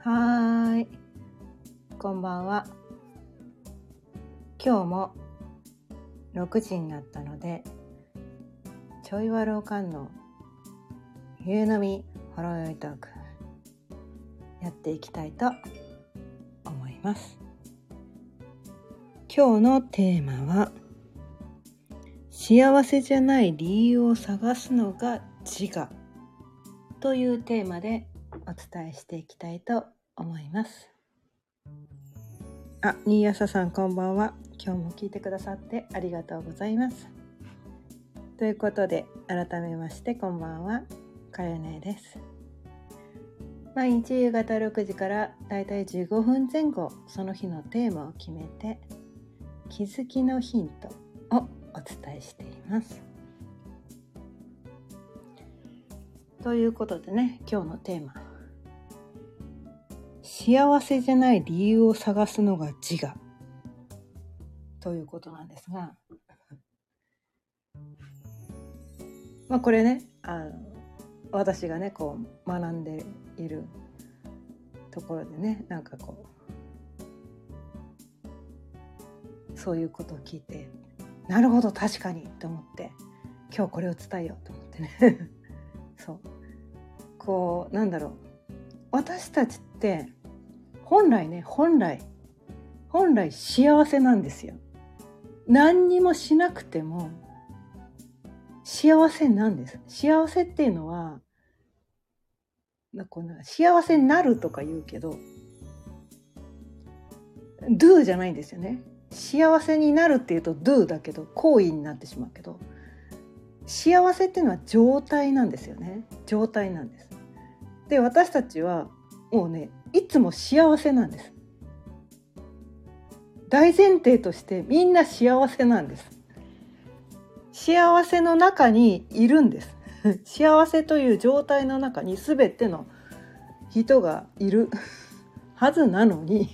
はーい、こんばんは。今日も6時になったので、ちょいわるおかんの夕飲みほろよいトークやっていきたいと思います。今日のテーマは、幸せじゃない理由を探すのが自我というテーマでお伝えしていきたいと思います。新朝さんこんばんは。今日も聞いてくださってありがとうございます。ということで、改めましてこんばんは、かよねです。毎日夕方6時からだいたい15分前後、その日のテーマを決めて気づきのヒントをお伝えしています。ということでね、今日のテーマ、幸せじゃない理由を探すのが自我ということなんですが、これね、私がねこう学んでいるところでね、なんかこうそういうことを聞いて、なるほど確かにと思って、今日これを伝えようと思ってねそうこう私たちって本来幸せなんですよ。何にもしなくても幸せなんです。幸せっていうのは幸せになるとか言うけど do じゃないんですよね。幸せになるっていうと do だけど行為になってしまうけど、幸せっていうのは状態なんですよね。状態なんです。で、私たちはもうね、いつも幸せなんです。大前提としてみんな幸せなんです。幸せの中にいるんです幸せという状態の中に全ての人がいるはずなのに、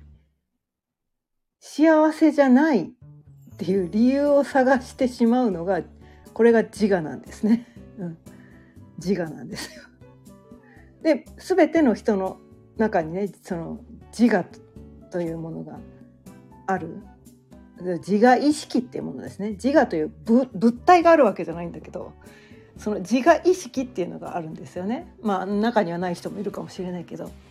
幸せじゃないっていう理由を探してしまうのが、これが自我なんですね、自我なんですよ。で、全ての人の中にね、その自我というものがある。自我意識っていうものですね。自我という物体があるわけじゃないんだけど、その自我意識っていうのがあるんですよね。中にはない人もいるかもしれないけど、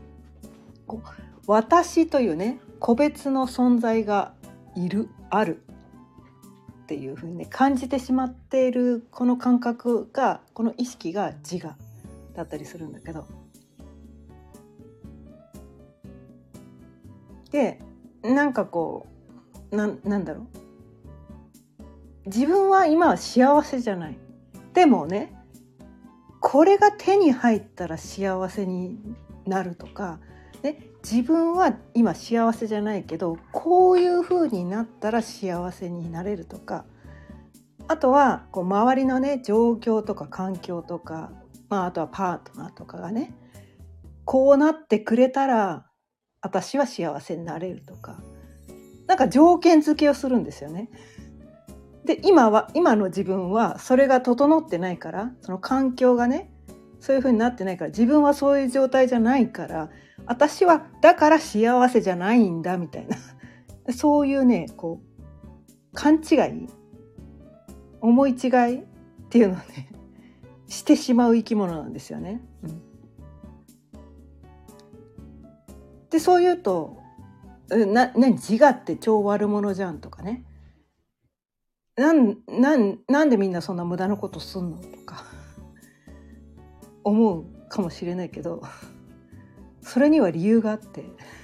私というね、個別の存在があるっていうふうにね、感じてしまっているこの感覚が、この意識が自我だったりするんだけど、で、自分は今は幸せじゃない。でもね、これが手に入ったら幸せになるとか、ね、自分は今幸せじゃないけど、こういう風になったら幸せになれるとか、あとは周りのね、状況とか環境とか、あとはパートナーとかがね、こうなってくれたら私は幸せになれるとか、条件付けをするんですよね。で、今の自分はそれが整ってないから、その環境がね、そういう風になってないから、自分はそういう状態じゃないから、私はだから幸せじゃないんだみたいなそういうね、勘違い、思い違いっていうのをね、してしまう生き物なんですよね。で、そう言うと、自我って超悪者じゃんとかね、なんでみんなそんな無駄なことすんのとか思うかもしれないけど、それには理由があって、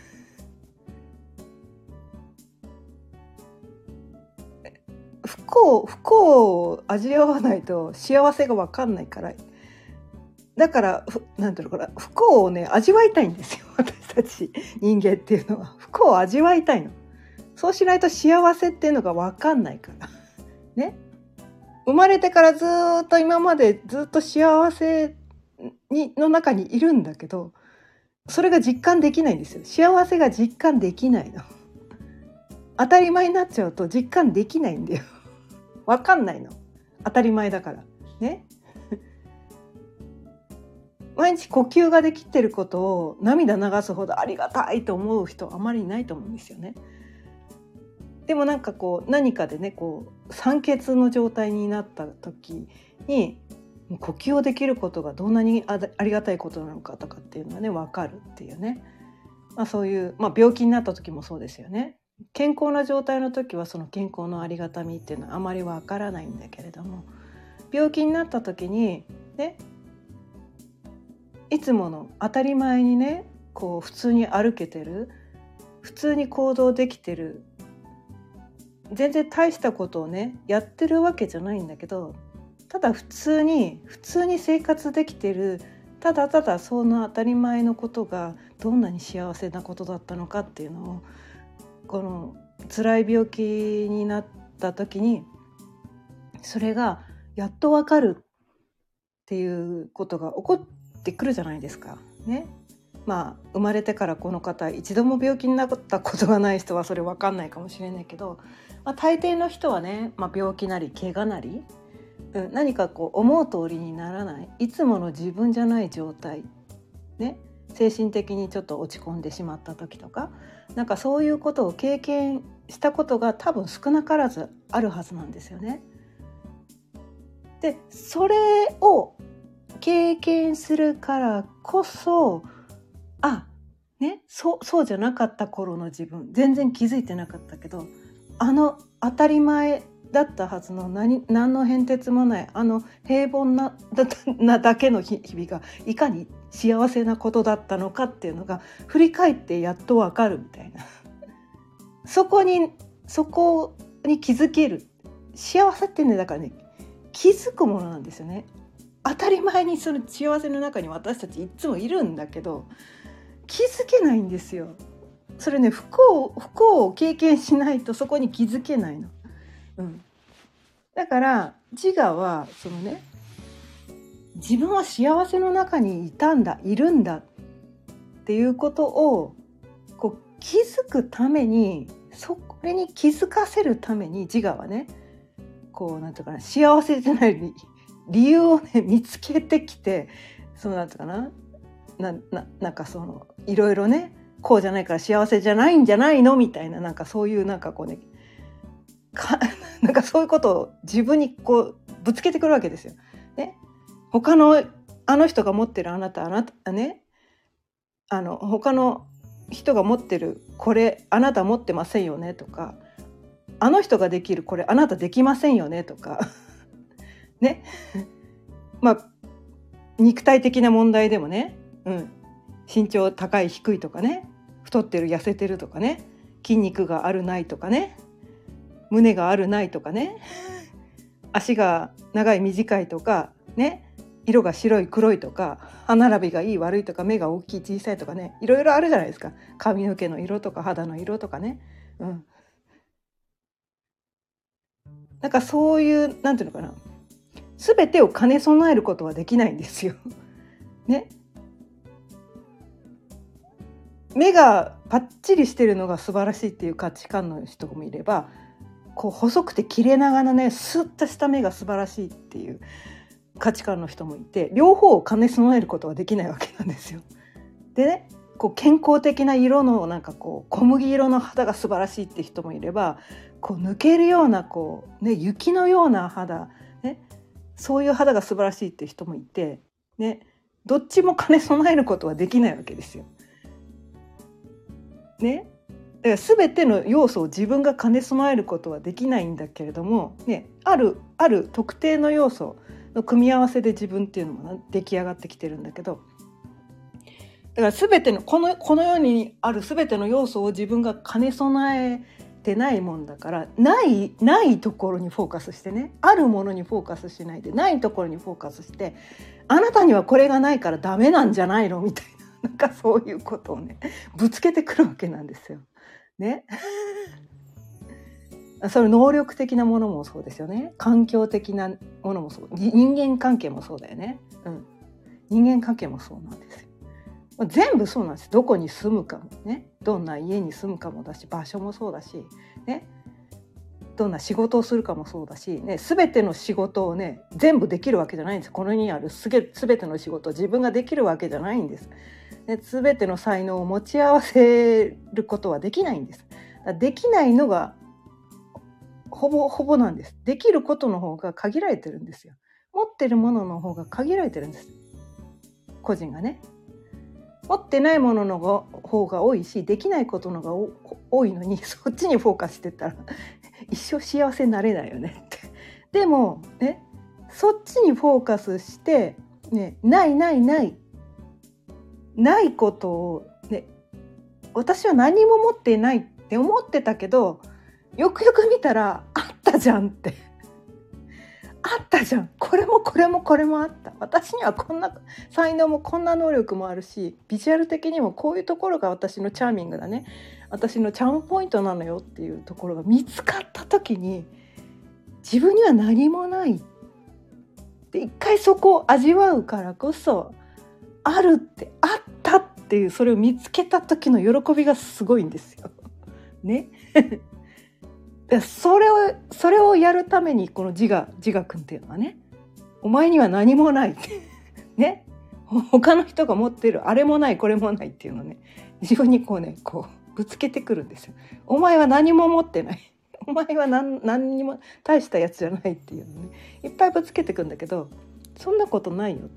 不幸を味わわないと幸せが分かんないから、だから不幸をね、味わいたいんですよ。私たち人間っていうのは不幸を味わいたいの。そうしないと幸せっていうのが分かんないからね。生まれてからずっと今までずっと幸せの中にいるんだけど、それが実感できないんですよ。幸せが実感できないの。当たり前になっちゃうと実感できないんだよ。分かんないの。当たり前だからね。 毎日呼吸ができてることを涙流すほどありがたいと思う人はあまりいないと思うんですよね。でもなんかこう何かでねこう酸欠の状態になった時に呼吸をできることがどんなにありがたいことなのかとかっていうのはね分かるっていうね、そういう、病気になった時もそうですよね。健康な状態の時はその健康のありがたみっていうのはあまり分からないんだけれども、病気になった時にねいつもの当たり前にねこう普通に歩けてる、普通に行動できてる、全然大したことをねやってるわけじゃないんだけど、ただ普通に生活できてる、ただただその当たり前のことがどんなに幸せなことだったのかっていうのをこの辛い病気になった時にそれがやっとわかるっていうことが起こってくるじゃないですかね。生まれてからこの方一度も病気になったことがない人はそれ分かんないかもしれないけど、大抵の人はね、病気なり怪我なり、何かこう思う通りにならない、いつもの自分じゃない状態ね、精神的にちょっと落ち込んでしまった時とか、なんかそういうことを経験したことが多分少なからずあるはずなんですよね。でそれを経験するからこそそうじゃなかった頃の自分、全然気づいてなかったけど、当たり前だったはずの何の変哲もない平凡なだけの日々がいかに幸せなことだったのかっていうのが振り返ってやっとわかるみたいなそこに気づける幸せってね、だからね気づくものなんですよね。当たり前にその幸せの中に私たちいつもいるんだけど気づけないんですよ。それね不幸を経験しないとそこに気づけないの。だから自我はそのね自分は幸せの中にいるんだっていうことをこう気づくために、それに気づかせるために自我はねこうなんていうかな、幸せじゃない理由をね見つけてきて、そうなんていうかな、なんかそのいろいろねこうじゃないから幸せじゃないんじゃないのみたいな、なんかそういうなんかこうねなんかそういうことを自分にこうぶつけてくるわけですよ。ね、他のあの人が持ってるあなたね、他の人が持ってるこれあなた持ってませんよねとか、あの人ができるこれあなたできませんよねとかね肉体的な問題でもね、身長高い低いとかね、太ってる痩せてるとかね、筋肉があるないとかね、胸があるないとかね、足が長い短いとかね、色が白い黒いとか、歯並びがいい悪いとか、目が大きい小さいとかね、いろいろあるじゃないですか。髪の毛の色とか肌の色とかね、なんかそういうなんていうのかな、全てを兼ね備えることはできないんですよね。目がパッチリしてるのが素晴らしいっていう価値観の人もいれば、こう細くて切れ長なねスッとした目が素晴らしいっていう価値観の人もいて、両方を兼ね備えることはできないわけなんですよ。でね、こう健康的な色のなんかこう小麦色の肌が素晴らしいって人もいれば、こう抜けるようなこう、ね、雪のような肌、ね、そういう肌が素晴らしいって人もいて、ね、どっちも兼ね備えることはできないわけですよ。ね、だから全ての要素を自分が兼ね備えることはできないんだけれども、ね、ある特定の要素の組み合わせで自分っていうのも出来上がってきてるんだけど、だから全てのこの世にある全ての要素を自分が兼ね備えてないもんだから、ないところにフォーカスしてね、あるものにフォーカスしないでないところにフォーカスして、あなたにはこれがないからダメなんじゃないのみたいな、なんかそういうことをねぶつけてくるわけなんですよね。それ能力的なものもそうですよね。環境的なものもそう、人間関係もそうだよね。人間関係もそうなんですよ。全部そうなんです。どこに住むかもね、どんな家に住むかもだし、場所もそうだし、ね、 どんな仕事をするかもそうだし、ね、全ての仕事をね全部できるわけじゃないんです。この世にある全ての仕事を自分ができるわけじゃないんです。で全ての才能を持ち合わせることはできないんです。できないのがほぼなんです。できることの方が限られてるんですよ。持ってるものの方が限られてるんです。個人がね持ってないものの方が多いし、できないことのが多いのに、そっちにフォーカスしてたら一生幸せになれないよねって。でもね、そっちにフォーカスしてね、ないことをね、私は何も持っていないって思ってたけど、よくよく見たらあったじゃんってあったじゃん、これもあった。私にはこんな才能もこんな能力もあるし、ビジュアル的にもこういうところが私のチャーミングだね、私のチャームポイントなのよっていうところが見つかった時に、自分には何もないって一回そこを味わうからこそ、あるってあったっていう、それを見つけた時の喜びがすごいんですよねそれをやるためにこの自我君っていうのはね、お前には何もないね、他の人が持ってるあれもないこれもないっていうのをね、自分にこうぶつけてくるんですよ。お前は何も持ってない、お前は何にも大したやつじゃないっていうのね、いっぱいぶつけてくるんだけど、そんなことないよって。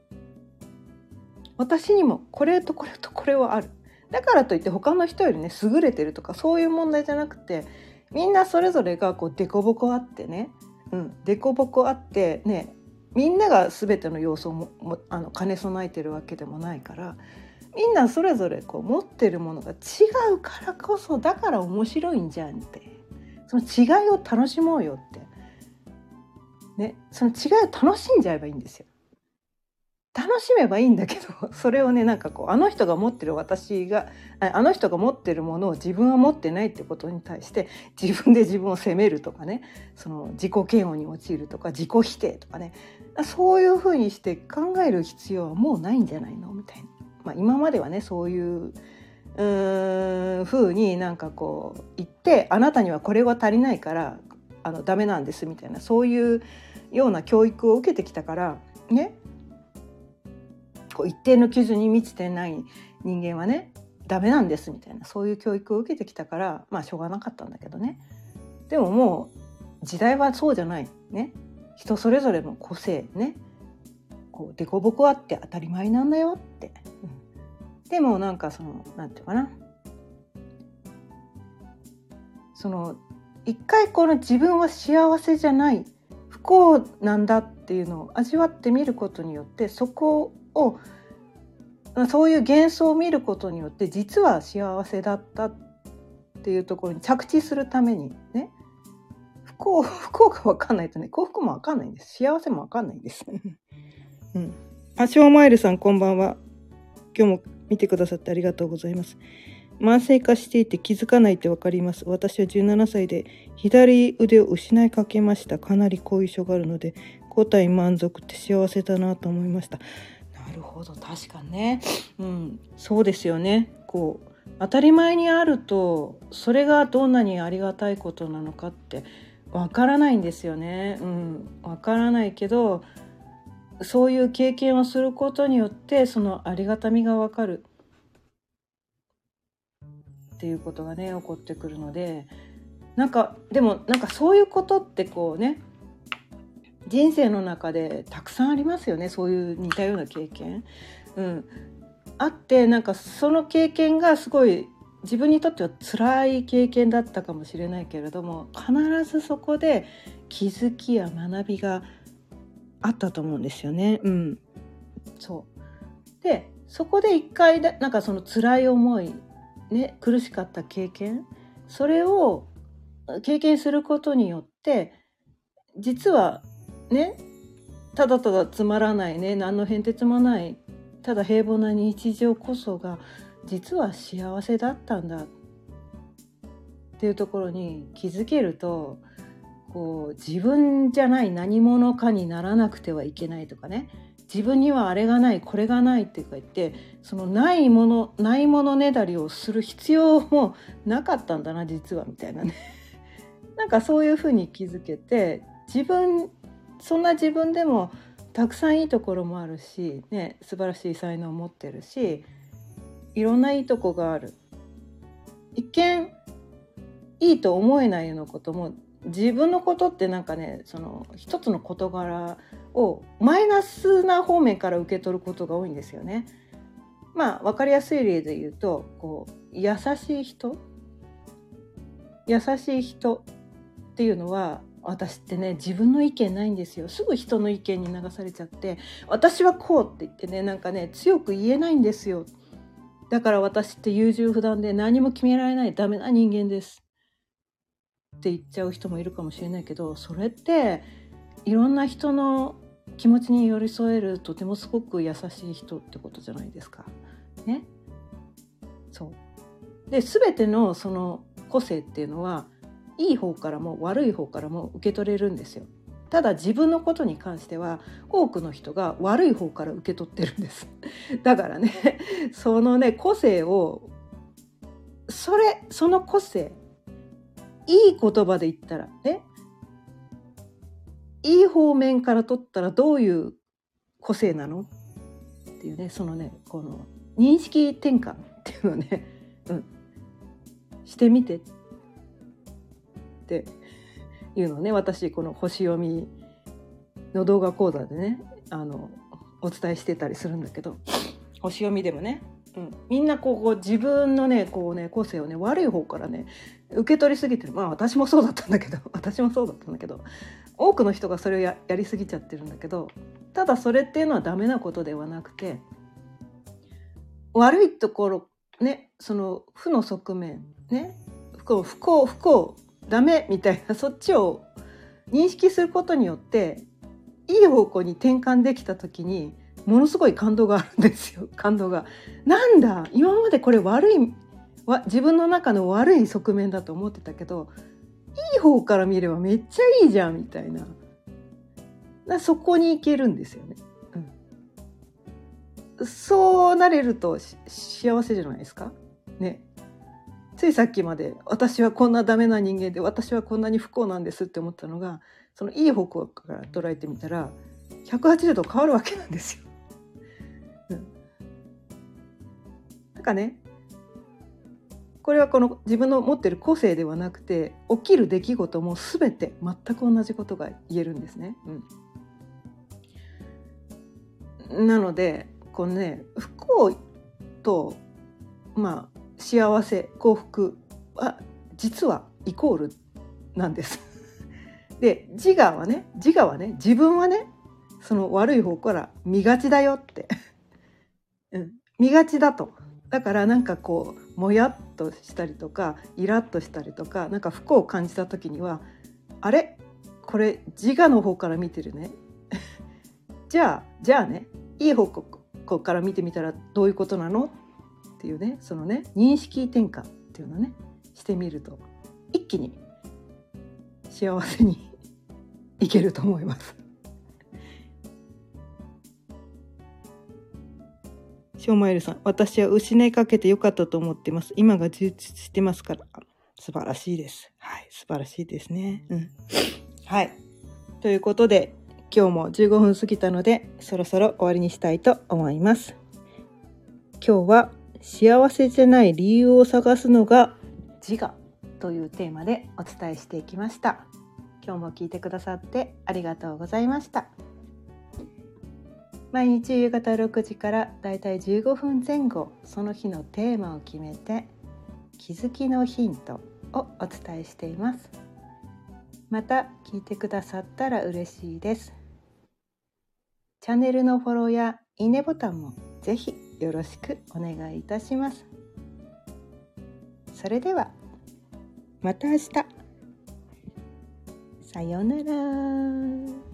私にもこれとこれとこれはある。だからといって他の人よりね優れてるとかそういう問題じゃなくて、みんなそれぞれがこうデコボコあってね、デコボコあってね、みんなが全ての要素を兼ね備えてるわけでもないから、みんなそれぞれこう持ってるものが違うからこそ、だから面白いんじゃんって、その違いを楽しもうよってね、その違いを楽しんじゃえばいいんですよ。楽しめばいいんだけど、それをねなんかこうあの人が持ってるあの人が持ってるものを自分は持ってないってことに対して自分で自分を責めるとかね、その自己嫌悪に陥るとか自己否定とかね、そういうふうにして考える必要はもうないんじゃないのみたいな、今まではねそういう風になんかこう言って、あなたにはこれは足りないからダメなんですみたいな、そういうような教育を受けてきたからね、こう一定の基準に満ちてない人間はねダメなんですみたいな、そういう教育を受けてきたから、しょうがなかったんだけどね。でももう時代はそうじゃないね、人それぞれの個性ね、こうデコボコあって当たり前なんだよって、でもなんかそのなんていうかな、その一回この自分は幸せじゃない不幸なんだっていうのを味わってみることによって、そこをそういう幻想を見ることによって実は幸せだったっていうところに着地するためにね、不幸が分かんないとね、幸福も分かんないんです、幸せも分かんないんですショーマイルさんこんばんは。今日も見てくださってありがとうございます。慢性化していて気づかないって分かります。私は17歳で左腕を失いかけました。かなり後遺症があるので五体満足って幸せだなと思いました。なるほど、確かにね、そうですよね。こう当たり前にあるとそれがどんなにありがたいことなのかって分からないんですよね。分からないけど、そういう経験をすることによってそのありがたみが分かるっていうことがね起こってくるので、でもそういうことってこうね、人生の中でたくさんありますよね。そういう似たような経験、あって、その経験がすごい自分にとっては辛い経験だったかもしれないけれども、必ずそこで気づきや学びがあったと思うんですよね。そうで、そこで一回その辛い思いね、苦しかった経験、それを経験することによって実はね、ただただつまらないね、何の変哲もないただ平凡な日常こそが実は幸せだったんだっていうところに気づけると、こう自分じゃない何者かにならなくてはいけないとかね、自分にはあれがないこれがないって言って、そのないものねだりをする必要もなかったんだな実はみたいなねなんかそういうふうに気づけて、そんな自分でもたくさんいいところもあるし、ね、素晴らしい才能を持ってるし、いろんないいとこがある。一見いいと思えないようなことも、自分のことってなんかね、その一つの事柄をマイナスな方面から受け取ることが多いんですよね。まあ分かりやすい例で言うと、優しい人っていうのは、私ってね、自分の意見ないんですよ。すぐ人の意見に流されちゃって、私はこうって言ってね、なんかね、強く言えないんですよ。だから私って優柔不断で何も決められないダメな人間ですって言っちゃう人もいるかもしれないけど、それっていろんな人の気持ちに寄り添えるとてもすごく優しい人ってことじゃないですかね。そうで、全てのその個性っていうのはいい方からも悪い方からも受け取れるんですよ。ただ自分のことに関しては多くの人が悪い方から受け取ってるんですだからね、そのね個性を、その個性、いい言葉で言ったらね、いい方面から取ったらどういう個性なのっていうね、そのね、この認識転換っていうのをね、してみてっていうのをね、私この星読みの動画講座でね、お伝えしてたりするんだけど、星読みでもね、みんな自分のね個性をね悪い方からね受け取りすぎてる。まあ私もそうだったんだけど多くの人がそれを やりすぎちゃってるんだけど、ただそれっていうのはダメなことではなくて、悪いところね、その負の側面ね、不幸ダメみたいな、そっちを認識することによっていい方向に転換できた時にものすごい感動があるんですよ。感動が、なんだ今までこれ自分の中の悪い側面だと思ってたけど、いい方から見ればめっちゃいいじゃんみたいな、そこに行けるんですよね。そうなれると幸せじゃないですかね。ついさっきまで私はこんなダメな人間で、私はこんなに不幸なんですって思ったのが、そのいい方向から捉えてみたら180度変わるわけなんですよ。なんかね、これはこの自分の持ってる個性ではなくて、起きる出来事も全て全く同じことが言えるんですね。なのでこのね、不幸と幸せ幸福は実はイコールなんですで自我はね自分はね、その悪い方から見がちだよって見がちだと。だからなんかもやっとしたりとかイラッとしたりとか、なんか不幸を感じた時には、あれこれ自我の方から見てるねじゃあね、いい方向から見てみたらどういうことなのっていうね、そのね認識転換っていうのをねしてみると、一気に幸せにいけると思います。ショーマイルさん、私は失いかけてよかったと思っています。今が充実してますから。素晴らしいです。はい、素晴らしいですね。はい。ということで、今日も15分過ぎたので、そろそろ終わりにしたいと思います。今日は幸せじゃない理由を探すのが自我というテーマでお伝えしていきました。今日も聞いてくださってありがとうございました。毎日夕方6時からだいたい15分前後、その日のテーマを決めて気づきのヒントをお伝えしています。また聞いてくださったら嬉しいです。チャンネルのフォローやいいねボタンもぜひよろしくお願いいたします。それではまた明日。さようなら。